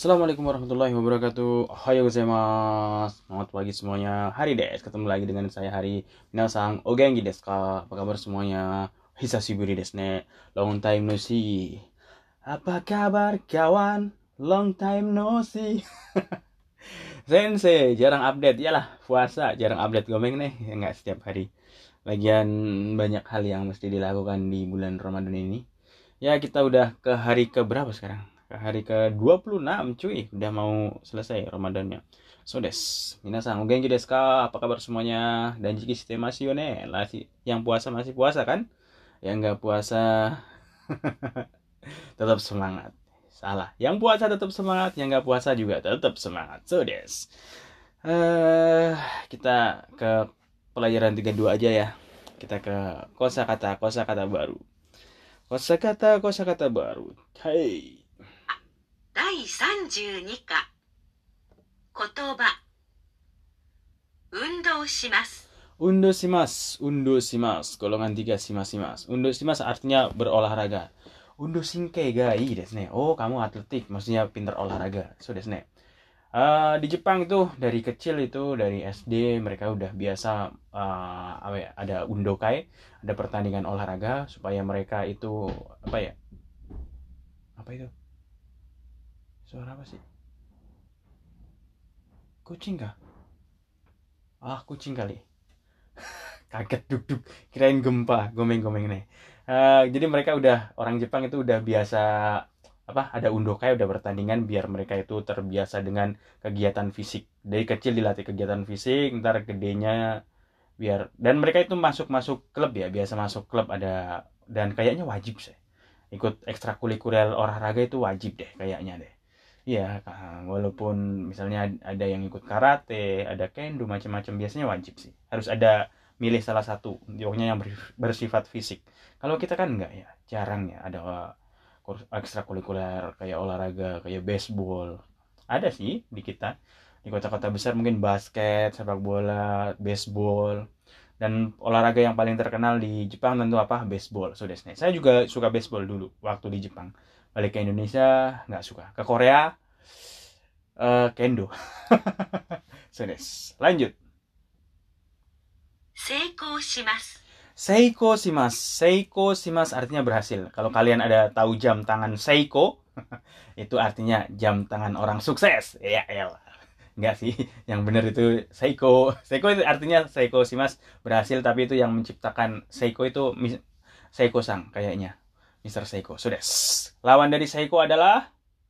Assalamualaikum warahmatullahi wabarakatuh. Ohayo gozaimasu. Selamat pagi semuanya. Hari des. Ketemu lagi dengan saya Hari. Minasan o genki desu ka? Apa kabar semuanya? Hisashiburi desu ne. Long time no see. Apa kabar kawan? Long time no see. Sensei, jarang update. Yalah, puasa, jarang update gomeng nih. Ya, nggak setiap hari. Lagian banyak hal yang mesti dilakukan di bulan Ramadan ini. Ya, kita udah ke hari ke berapa sekarang? Ke hari ke 26 cuy. Udah mau selesai Ramadannya. So des, minasan o genki desu ka? Apa kabar semuanya? Dan jiki shite masu yo ne? Yang puasa masih puasa kan? Yang nggak puasa tetap semangat. Salah. Yang puasa tetap semangat, yang nggak puasa juga tetap semangat. So des. Eh, kita ke pelajaran 32 aja ya. Kita ke kosakata baru. Kosakata baru. Hai. 第32課言葉運動します Undo shimasu. Golongan 3 shimas. Undo shimasu artinya berolahraga. Undo shinkai ga ii desu ne. Oh, kamu atletik, maksudnya pintar olahraga. So desu ne. Di Jepang itu dari kecil itu dari SD mereka udah biasa ada undokai, ada pertandingan olahraga supaya mereka itu apa ya? Apa itu? Suara apa sih? Kucing kah? Kucing kali. Kaget duk kirain gempa gomeng nih. Jadi mereka udah orang Jepang itu udah biasa ada undokai, udah pertandingan biar mereka itu terbiasa dengan kegiatan fisik dari kecil, dilatih kegiatan fisik, ntar gedenya biar, dan mereka itu masuk klub ya, biasa masuk klub ada, dan kayaknya wajib sih ikut ekstrakurikuler olahraga, itu wajib deh kayaknya deh. Iya, walaupun misalnya ada yang ikut karate, ada kendo, macam-macam, biasanya wajib sih. Harus ada, milih salah satu, pokoknya yang bersifat fisik. Kalau kita kan enggak ya, jarang ya ada ekstrakurikuler kayak olahraga, kayak baseball. Ada sih di kita, di kota-kota besar mungkin basket, sepak bola, baseball. Dan olahraga yang paling terkenal di Jepang tentu apa? Baseball. So desu ne. Saya juga suka baseball dulu waktu di Jepang. Balik ke Indonesia nggak suka. Ke Korea kendo. So desu. Lanjut. 成功します Seiko shimasu artinya berhasil. Kalau kalian ada tahu jam tangan Seiko, itu artinya jam tangan orang sukses. Ya, ya. Enggak sih, yang benar itu Seiko. Seiko itu artinya Seiko Shimas, berhasil, tapi itu yang menciptakan Seiko itu Seiko Sang kayaknya. Mr. Seiko. Sudah. Lawan dari Seiko adalah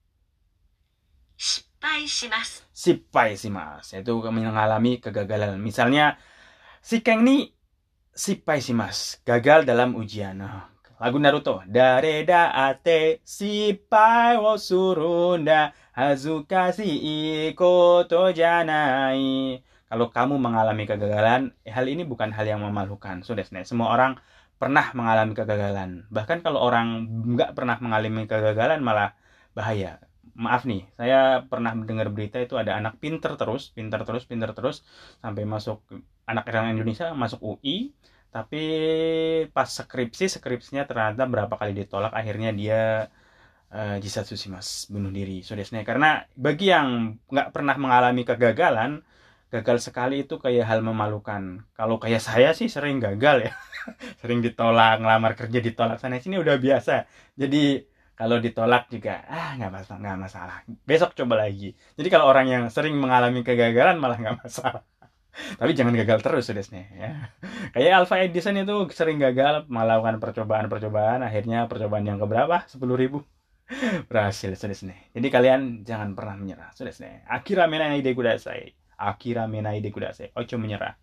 失敗します Sippai Shimas, yaitu mengalami kegagalan. Misalnya si Kang ni Sippai Shimas, gagal dalam ujian. Lagu Naruto, Dareda ate Sippai wo surunda Hazukasi ikoto janai. Kalau kamu mengalami kegagalan, hal ini bukan hal yang memalukan. Sudah, semua orang pernah mengalami kegagalan. Bahkan kalau orang nggak pernah mengalami kegagalan malah bahaya. Maaf nih, saya pernah mendengar berita itu ada anak pinter terus sampai masuk, anak orang Indonesia masuk UI, tapi pas skripsinya ternyata berapa kali ditolak, akhirnya dia Jisatsu Shimas, bunuh diri. So desne, karena bagi yang nggak pernah mengalami kegagalan, gagal sekali itu kayak hal memalukan. Kalau kayak saya sih sering gagal ya, sering ditolak, ngelamar kerja ditolak sana sini udah biasa. Jadi kalau ditolak juga nggak masalah, besok coba lagi. Jadi kalau orang yang sering mengalami kegagalan malah nggak masalah. Tapi jangan gagal terus sudah ya. Kayak Alpha Edison itu sering gagal melakukan percobaan, akhirnya percobaan yang keberapa? 10.000 berhasil sudah. Jadi kalian jangan pernah menyerah sudah. Akira menai de kudasai. Ojo menyerah.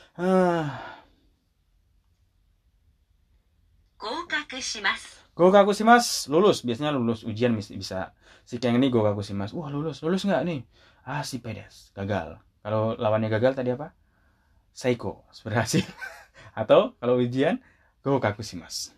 合格します Gokaku shimas, lulus. Biasanya lulus ujian bisa. Si Kang ini gokaku shimas. Wah, lulus nggak nih? Si pedes, gagal. Kalau lawannya gagal tadi apa? Seiko, berhasil. Atau kalau ujian, gokaku shimas.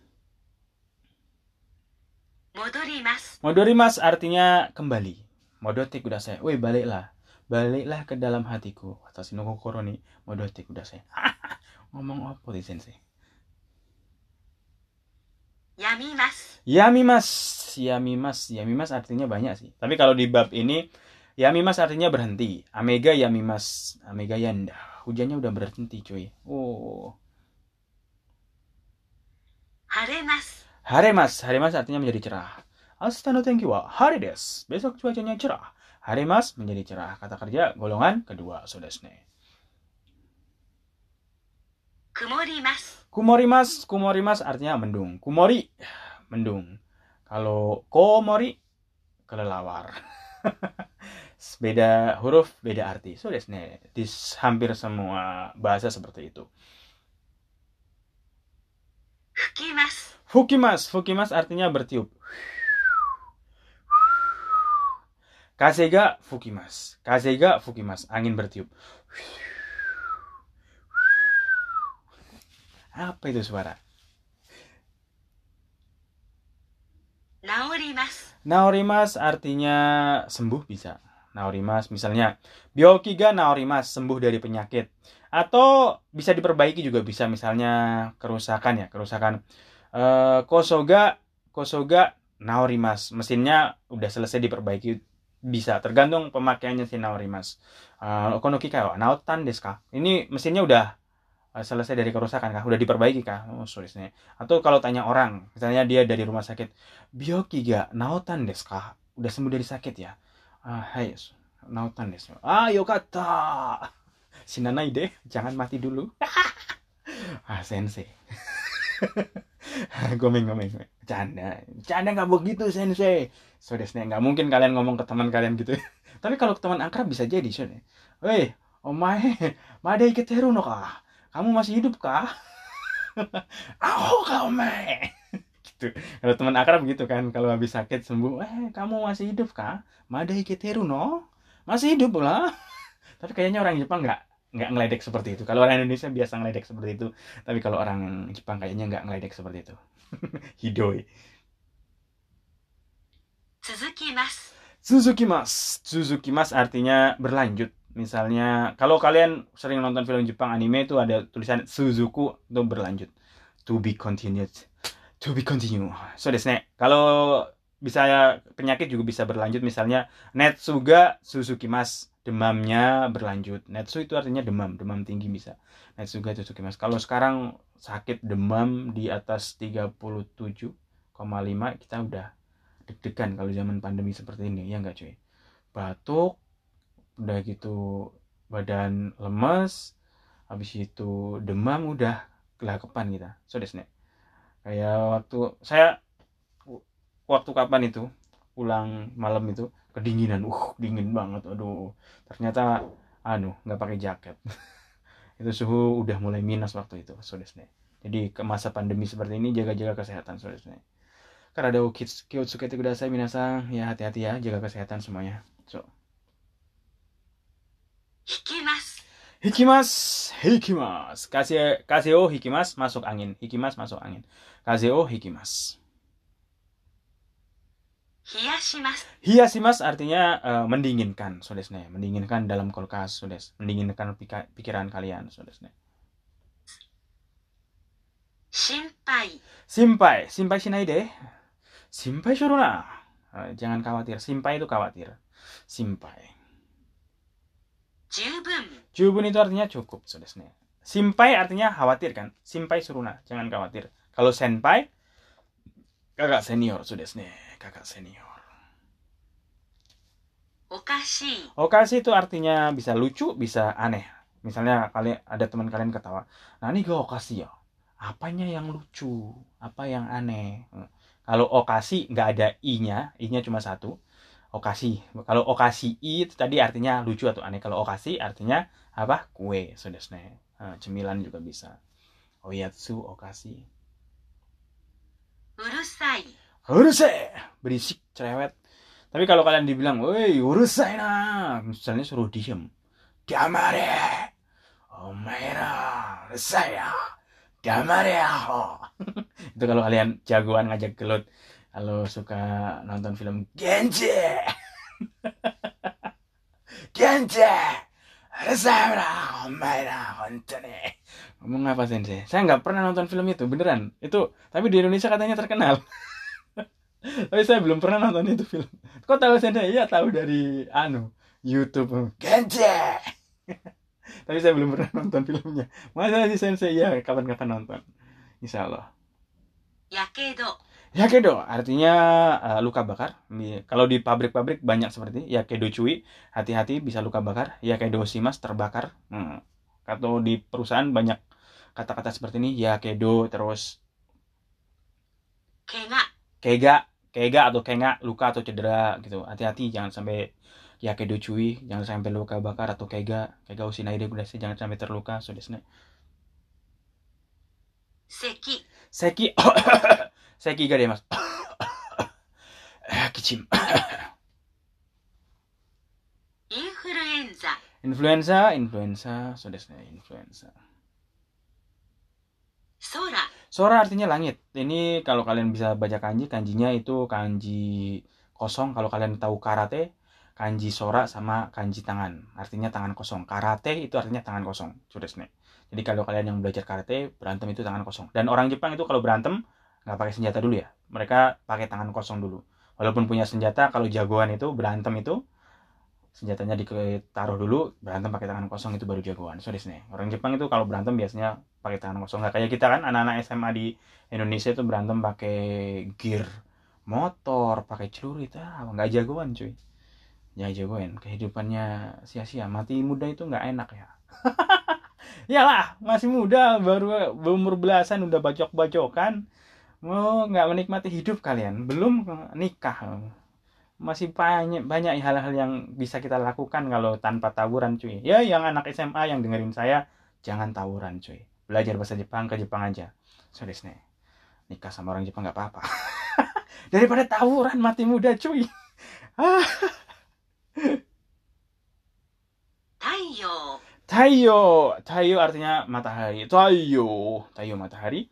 戻ります Modorimas artinya kembali. Modote kudasai. Woi, baliklah ke dalam hatiku. Watashi no kokoro ni modote kudasai. Ngomong apa sih sensei? yamimasu, Yamimas artinya banyak sih. Tapi kalau di bab ini, yamimas artinya berhenti. Amega yamimas, amega yanda. Hujannya udah berhenti, cuy. Oh. haremasu, Haremas artinya menjadi cerah. Ashita no tenki wa hare desu. Besok cuacanya cerah. Haremas menjadi cerah. Kata kerja golongan kedua, so desu ne. Kumorimas artinya mendung. Kumori, mendung. Kalau komori, kelelawar. Beda huruf, beda arti. So desu ne. Di hampir semua bahasa seperti itu. Fukimas artinya bertiup. Kasega fukimas, angin bertiup. Apa itu suara? Naorimas artinya sembuh bisa. Naorimas misalnya byoki ga naorimas, sembuh dari penyakit. Atau bisa diperbaiki juga bisa, misalnya kerusakan. Kosoga naorimas, mesinnya udah selesai diperbaiki, bisa, tergantung pemakaiannya si naorimas. Konoki wa naotan desu ka? Ini mesinnya udah selesai dari kerusakan kah? Udah diperbaiki kah? Oh, sorry. Atau kalau tanya orang, misalnya dia dari rumah sakit, byoki ga naotan desu ka? Udah sembuh dari sakit ya? Hai, naotan desu. Yokatta. Shinanai deh, jangan mati dulu. Sensei. Gomeng. Bercanda nggak begitu, sensei. So desu ne, nggak mungkin kalian ngomong ke teman kalian gitu. Tapi kalau ke teman akrab bisa jadi, so ne. Woi, omae, made iketeru no ka? Kamu masih hidup kah? Aho ka omae. Gitu. Kalau teman akrab gitu kan, kalau habis sakit sembuh, kamu masih hidup kah? Made iketeru no? Masih hidup lah. Tapi kayaknya orang Jepang nggak ngeledek seperti itu. Kalau orang Indonesia biasa ngeledek seperti itu, tapi kalau orang Jepang kayaknya nggak ngeledek seperti itu. Hidoi. Suzukimas artinya berlanjut. Misalnya kalau kalian sering nonton film Jepang anime itu ada tulisan Suzuku, itu berlanjut. To be continued. So desu ne. Kalau bisa penyakit juga bisa berlanjut, misalnya Netsuga Suzukimas, demamnya berlanjut. Netsu itu artinya demam tinggi bisa. Netsuga Suzukimas. Kalau sekarang sakit demam di atas 37,5, kita udah deg-degan kalau zaman pandemi seperti ini, ya enggak cuy? Batuk, udah gitu badan lemes, habis itu demam, udah kelakepan kita. So desu ne. Kayak waktu kapan itu pulang malam itu kedinginan, dingin banget, aduh, ternyata nggak pakai jaket. Itu suhu udah mulai minus waktu itu, so desu ne. Jadi ke masa pandemi seperti ini jaga-jaga kesehatan, so desu ne. Karena kiyotsukete kudasai minasan, ya hati-hati ya, jaga kesehatan semuanya. So hikimas. Kase o hikimas, masuk angin. Hikimas, masuk angin. Kase o hikimas. Hiyashimas artinya mendinginkan, so desu ne. Mendinginkan dalam kulkas, so desu. Mendinginkan pikiran kalian, so desu ne. Simpai shinai de. Simpai shuru na. Jangan khawatir. Simpai itu khawatir. Simpai. Jubun itu artinya cukup, so desu ne. Simpai artinya khawatir kan. Simpai suruna, jangan khawatir. Kalau senpai, kakak senior, so desu ne. Kakak senior. Okashi itu artinya bisa lucu, bisa aneh. Misalnya kalian ada teman kalian ketawa, nah ini gak okashi ya. Apanya yang lucu? Apa yang aneh? Kalau okashi nggak ada i-nya cuma satu. Okashi. Kalau okashi i itu tadi artinya lucu atau aneh. Kalau okashi artinya apa? Kue, so desu ne. Cemilan juga bisa. Oyatsu okashi. Urusai, berisik, cerewet. Tapi kalau kalian dibilang, woi, urusai na, misalnya suruh diem. Damare. Omaera, urusai ya. Damare ya. Itu kalau kalian jagoan ngajak gelut. Kalau suka nonton film Genji. Urusai na, omaera, hontou ne. Ngomong apa Sensei? Saya nggak pernah nonton film itu, beneran. Itu, tapi di Indonesia katanya terkenal. Tapi saya belum pernah nonton itu film. Kok tahu Sensei? Iya tahu dari YouTube. Genje. Tapi saya belum pernah nonton filmnya. Masa sih Sensei? Ya kapan-kapan nonton. Insya Allah. やけど、 Yakedo artinya luka bakar. Kalau di pabrik-pabrik banyak seperti yakedo cui, hati-hati bisa luka bakar. Yakedo shimas terbakar. Atau di perusahaan banyak kata-kata seperti ini, yakedo, terus 怪我、 kega, kega atau kenga, luka atau cedera gitu. Hati-hati jangan sampai yakedo cui, jangan sampai luka bakar atau kega, kega usinaide kudasai, jangan sampai terluka. So desu ne. 咳、 Seki seki ga demasu. Kichim. インフルエンザ、 Influenza, so desu ne, influenza. 空、 Sora artinya langit. Ini kalau kalian bisa baca kanji, kanjinya itu kanji kosong. Kalau kalian tahu karate, kanji sora sama kanji tangan. Artinya tangan kosong. Karate itu artinya tangan kosong. Sudah nih. Jadi kalau kalian yang belajar karate, berantem itu tangan kosong. Dan orang Jepang itu kalau berantem, nggak pakai senjata dulu ya. Mereka pakai tangan kosong dulu. Walaupun punya senjata, kalau jagoan itu, berantem itu, senjatanya ditaruh dulu, berantem pakai tangan kosong itu baru jagoan. So nih, orang Jepang itu kalau berantem biasanya pakai tangan kosong. Nggak kayak kita kan, anak-anak SMA di Indonesia itu berantem pakai gear motor, pakai celurit, nggak jagoan cuy. Ya jagoan, kehidupannya sia-sia. Mati muda itu nggak enak ya. Iyalah, masih muda, baru berumur belasan udah bacok-bacokan. Mau nggak menikmati hidup kalian? Belum nikah. Masih banyak hal-hal yang bisa kita lakukan kalau tanpa tawuran cuy. Ya yang anak SMA yang dengerin saya, jangan tawuran cuy. Belajar bahasa Jepang ke Jepang aja. So desu ne. Nikah sama orang Jepang nggak apa-apa. Daripada tawuran mati muda cuy. 太陽、 Taiyo artinya matahari. Taiyo matahari.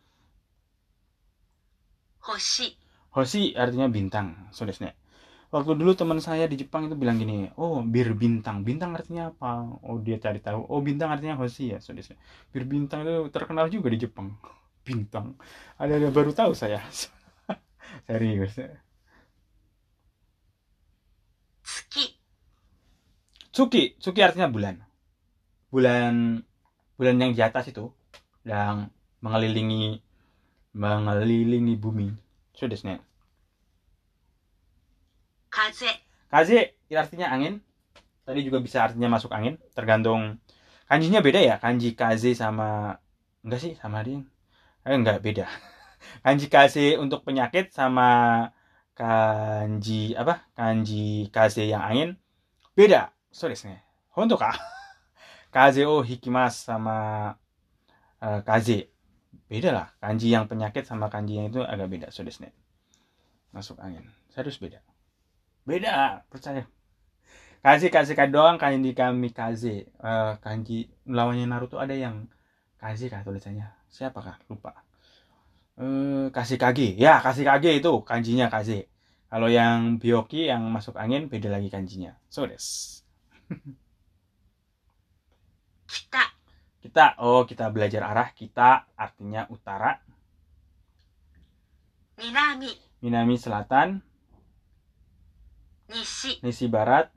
星、 Hoshi artinya bintang. So desu ne. Waktu dulu teman saya di Jepang itu bilang gini, oh bir bintang. Bintang artinya apa? Oh dia cari tahu. Oh bintang artinya hoshi ya. So desu ne. Bir bintang itu terkenal juga di Jepang. Bintang. Ada baru tahu saya. Serius. 月、 Tsuki artinya bulan. Bulan yang di atas itu yang mengelilingi bumi. So desu ne. 風、 Kaze artinya angin. Tadi juga bisa artinya masuk angin, tergantung kanjinya beda ya. Kanji kaze sama enggak sih sama dia. Enggak beda. Kanji kaze untuk penyakit sama kanji apa? Kanji kaze yang angin beda. So desu ne. Honto ka? Kaze o hikimasu sama kaze. Beda lah. Kanji yang penyakit sama kanji yang itu agak beda. So desu ne. Masuk angin. Serius beda. Beda, percaya. Kasih doang kanji kamikaze. Kanji lawannya Naruto ada yang kaze kah tulisannya? Siapakah? Lupa. Kasih kage. Ya, kasih kage itu kanjinya kaze. Kalau yang byoki yang masuk angin beda lagi kanjinya. So des. 北、 kita belajar arah. Kita artinya utara. 南、 Minami selatan. 西、 Nisi barat.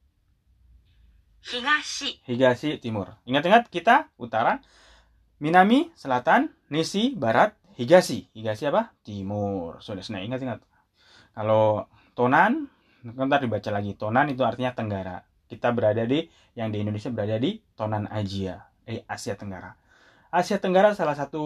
東、 Higashi timur. Ingat-ingat kita utara. Minami selatan. Nisi barat. Higashi. Higashi apa? Timur. So desu ne. Ingat-ingat. Kalau tonan, ntar dibaca lagi. Tonan itu artinya tenggara. Kita berada di, yang di Indonesia berada di Tonan Asia. Asia Tenggara. Asia Tenggara salah satu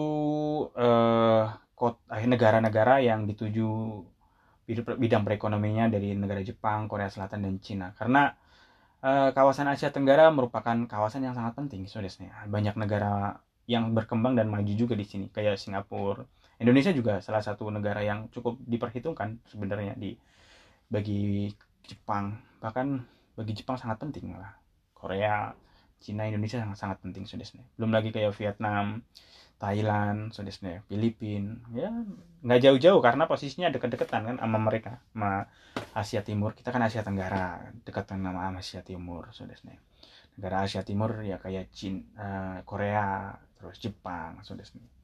negara-negara yang dituju bidang perekonominya dari negara Jepang, Korea Selatan, dan Cina. Karena kawasan Asia Tenggara merupakan kawasan yang sangat penting. So desu ne. Banyak negara yang berkembang dan maju juga di sini, kayak Singapura. Indonesia juga salah satu negara yang cukup diperhitungkan sebenarnya bagi Jepang. Bahkan bagi Jepang sangat penting lah. Korea, Cina, Indonesia sangat penting. So desu ne. Belum lagi kayak Vietnam, Thailand, so desu ne. Filipina. Ya nggak jauh-jauh karena posisinya deket-deketan kan sama mereka, sama Asia Timur. Kita kan Asia Tenggara, dekatan sama Asia Timur. So desu ne. Negara Asia Timur ya kayak Cina, Korea, terus Jepang, so desu ne.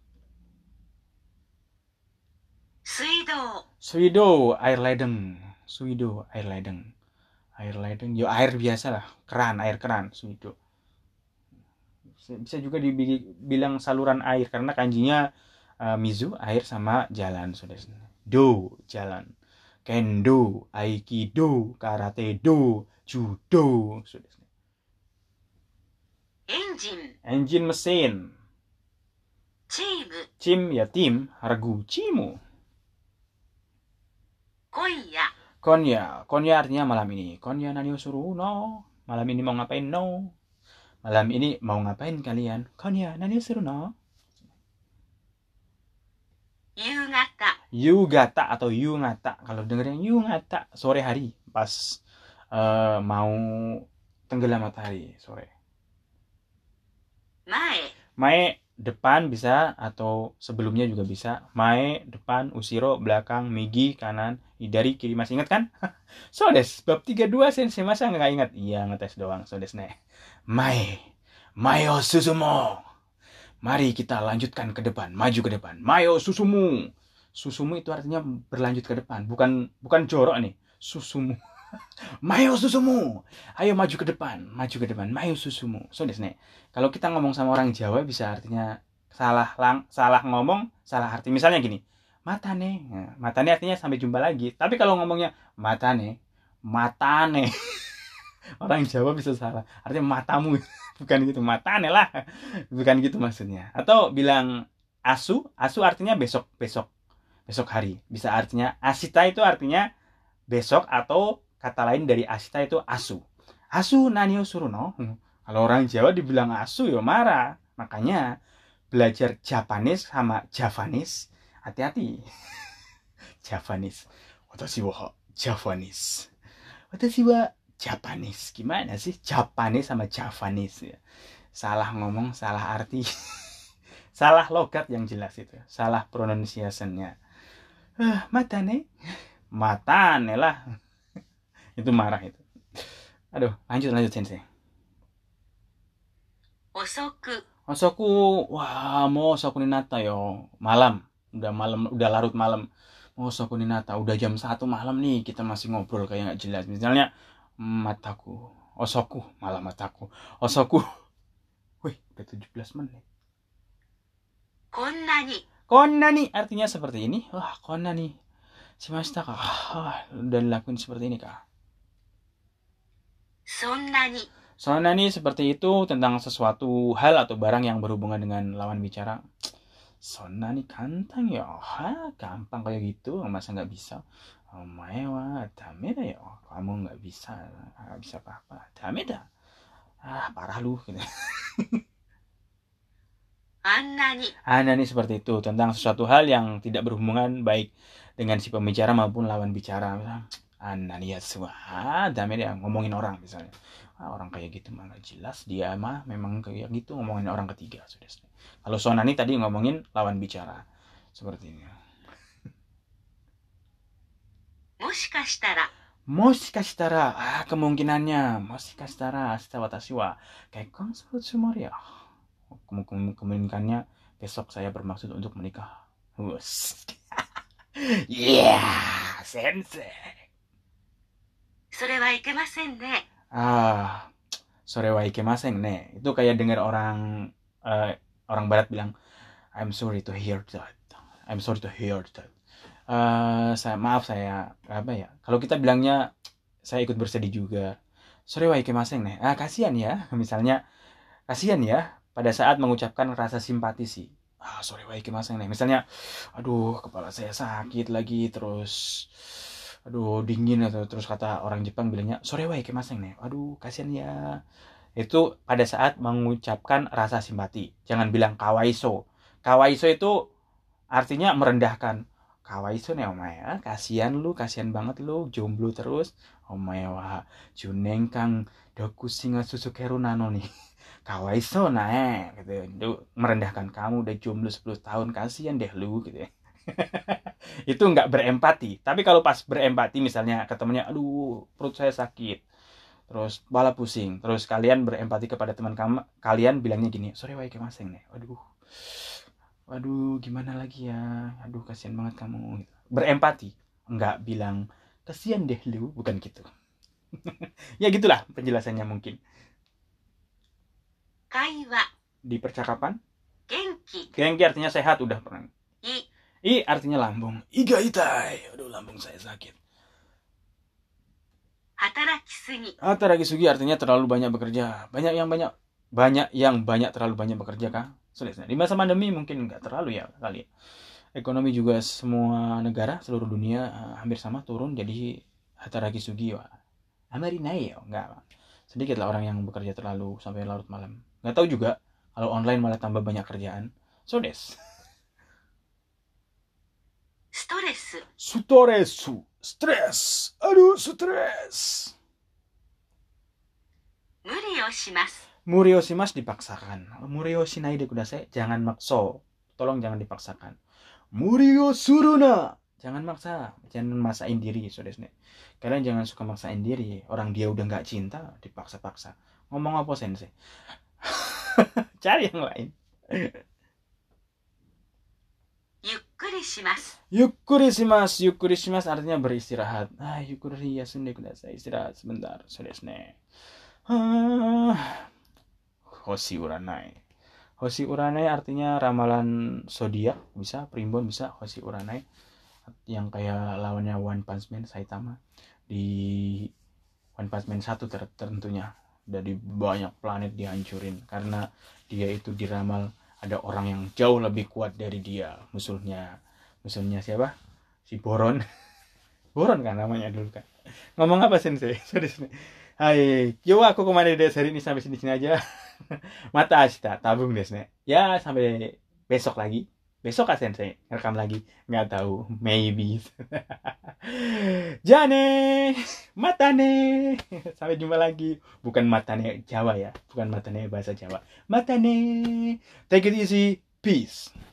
水道、 Suido, air ledeng. Suido, air ledeng. Air ledeng, yo air biasa lah, keran, air keran, suido. Bisa juga dibilang saluran air karena kanjinya mizu, air sama jalan, so desu ne. Do, jalan. Kendo, aikido, karate do, judo, so desu ne. エンジン、 Engine mesin. チーム、 Chim ya tim, hargu cimu. 今夜、 Konya, konya artinya malam ini. Konya nani o suru no. Malam ini mau ngapain no? Malam ini mau ngapain kalian? Konya nani o suru no? 夕方、 Yugata atau yungata. Kalau dengerin yungata, sore hari pas mau tenggelam matahari sore. 前、 Mae depan bisa atau sebelumnya juga bisa. Mae depan, usiro belakang, migi kanan, hidari kiri. Masih ingat kan? So des, bab 32 sensei masa nggak ingat? Iya, ngetes doang. So des ne. Mae, mayo susumo. Mari kita lanjutkan ke depan, maju ke depan. Mayo susumu. Susumu itu artinya berlanjut ke depan, bukan jorok nih. Susumu. Mayo susumu. Ayo maju ke depan, mayo susumu. So desu ne. Kalau kita ngomong sama orang Jawa bisa artinya salah ngomong, salah arti. Misalnya gini, matane. Nah, matane artinya sampai jumpa lagi. Tapi kalau ngomongnya matane. Orang Jawa bisa salah. Artinya matamu. Bukan gitu, matane lah. Bukan gitu maksudnya. Atau bilang asu artinya besok hari. Bisa artinya asita itu artinya besok, atau kata lain dari asita itu asu. Asu nani o suru no? Kalau orang Jawa dibilang asu ya marah. Makanya belajar Japanese sama Javanese hati-hati. Javanese. Watashi wa Javanese. Watashi wa Japanese. Gimana sih Japanese sama Javanese ya? Salah ngomong, salah arti. Salah logat yang jelas itu. Salah pronunciation-nya. Matane lah. Itu marah itu. Aduh, lanjut sensei. 遅く、 Osoku, wah, mau osoku ni nata yo. Malam, udah larut malam. Mau osoku ni nata, udah jam 1 malam nih, kita masih ngobrol kayak nggak jelas. Misalnya, mataku, osoku, malah mataku. Osoku, wih, udah 17 menit. こんなに、 Konnani artinya seperti ini. Wah, konnani. Shimashita kah? Udah dilakuin seperti ini kah? そんなに、 Sonani seperti itu tentang sesuatu hal atau barang yang berhubungan dengan lawan bicara. Sonani kantang ya. Gampang kayak gitu, masa nggak bisa? Omae wa dame da yo. Kamu nggak bisa apa-apa. Dame da. Parah lu gitu. あんなに、 Anani seperti itu tentang sesuatu hal yang tidak berhubungan baik dengan si pembicara maupun lawan bicara. Anani ya suah, dame da, ngomongin orang misalnya. Orang kayak gitu mah gak jelas, dia mah memang kayak gitu ngomongin orang ketiga. Sudah. Kalau sonani tadi ngomongin lawan bicara seperti ini. もしかしたら、 Moshikashitara, kemungkinannya. Moshikashitara, ashita watashi wa kekkon suru tsumori ya. Kemungkinannya besok saya bermaksud untuk menikah. Yeah, sensei. それはいけませんね。 Sore wa ikemasen ne. Itu kayak dengar orang barat bilang, I'm sorry to hear that. I'm sorry to hear that. Maaf saya apa ya? Kalau kita bilangnya saya ikut bersedih juga. Sore wa ikemasen ne. Kasihan ya. Misalnya kasihan ya pada saat mengucapkan rasa simpati sih. Sore wa ikemasen ne. Misalnya, aduh kepala saya sakit lagi, terus aduh dingin, atau terus kata orang Jepang bilangnya sore wa ikemasen ne. Aduh kasihan ya. Itu pada saat mengucapkan rasa simpati. Jangan bilang kawaiso. Kawaiso itu artinya merendahkan. Kawaiso ne omae, kasihan lu, kasihan banget lu, jomblo terus. Omae wa juneng kang dokushi ga susukeru nano nih. Kawaiso nae gitu. Itu merendahkan kamu udah jomblo 10 tahun, kasihan deh lu gitu ya. Itu nggak berempati. Tapi kalau pas berempati misalnya ketemunya, aduh perut saya sakit, terus kepala pusing, terus kalian berempati kepada teman kalian bilangnya gini, sore wa ikemasen nih, waduh gimana lagi ya, aduh kasihan banget kamu gitu. Berempati, nggak bilang kasihan deh lu, bukan gitu. Ya gitulah penjelasannya mungkin. Kaiwa. Di percakapan, Genki. genki artinya sehat, udah pernah. I artinya lambung. Iga itai, aduh lambung saya sakit. Hataraki sugi artinya terlalu banyak bekerja. Banyak yang banyak terlalu banyak bekerja kah? Sulit. Di masa pandemi mungkin nggak terlalu ya kali. Ekonomi juga semua negara seluruh dunia hampir sama turun, jadi hataraki sugi wa amari nai ya, enggak. Sedikit lah orang yang bekerja terlalu sampai larut malam. Nggak tahu juga kalau online malah tambah banyak kerjaan. So des. Sutoresu. Stres. Aduh, stres. Muri o shimasu dipaksakan. Muri o shinai de kudasai. Jangan makso. Tolong jangan dipaksakan. Muri o suruna. Jangan maksa. Jangan maksain diri. So desu ne. Kalian jangan suka maksain diri. Orang dia udah gak cinta, dipaksa-paksa. Ngomong apa sensei? Cari yang lain. Yukkuri shimasu artinya beristirahat. Yukkuri yasunde kudasai. Istirahat sebentar. So desu ne. Hoshi uranai. Hoshi uranai artinya ramalan zodiak, bisa primbon, bisa hoshi uranai yang kayak lawannya One Punch Man Saitama di One Punch Man 1 tentunya. Dari banyak planet dihancurin karena dia itu diramal ada orang yang jauh lebih kuat dari dia. Musuhnya siapa? Si Boron. Boron kan namanya dulu kan. Ngomong apa sensei? Hai, yo aku kemana desu hari ini sampai sini aja. Mata ashita, tabung desu ne. Ya sampai besok lagi. Besok kan sensei rekam lagi, nggak tahu, maybe. Jane, matane. Sampai jumpa lagi. Bukan matane Jawa ya, bukan matane bahasa Jawa. Matane. Take it easy, peace.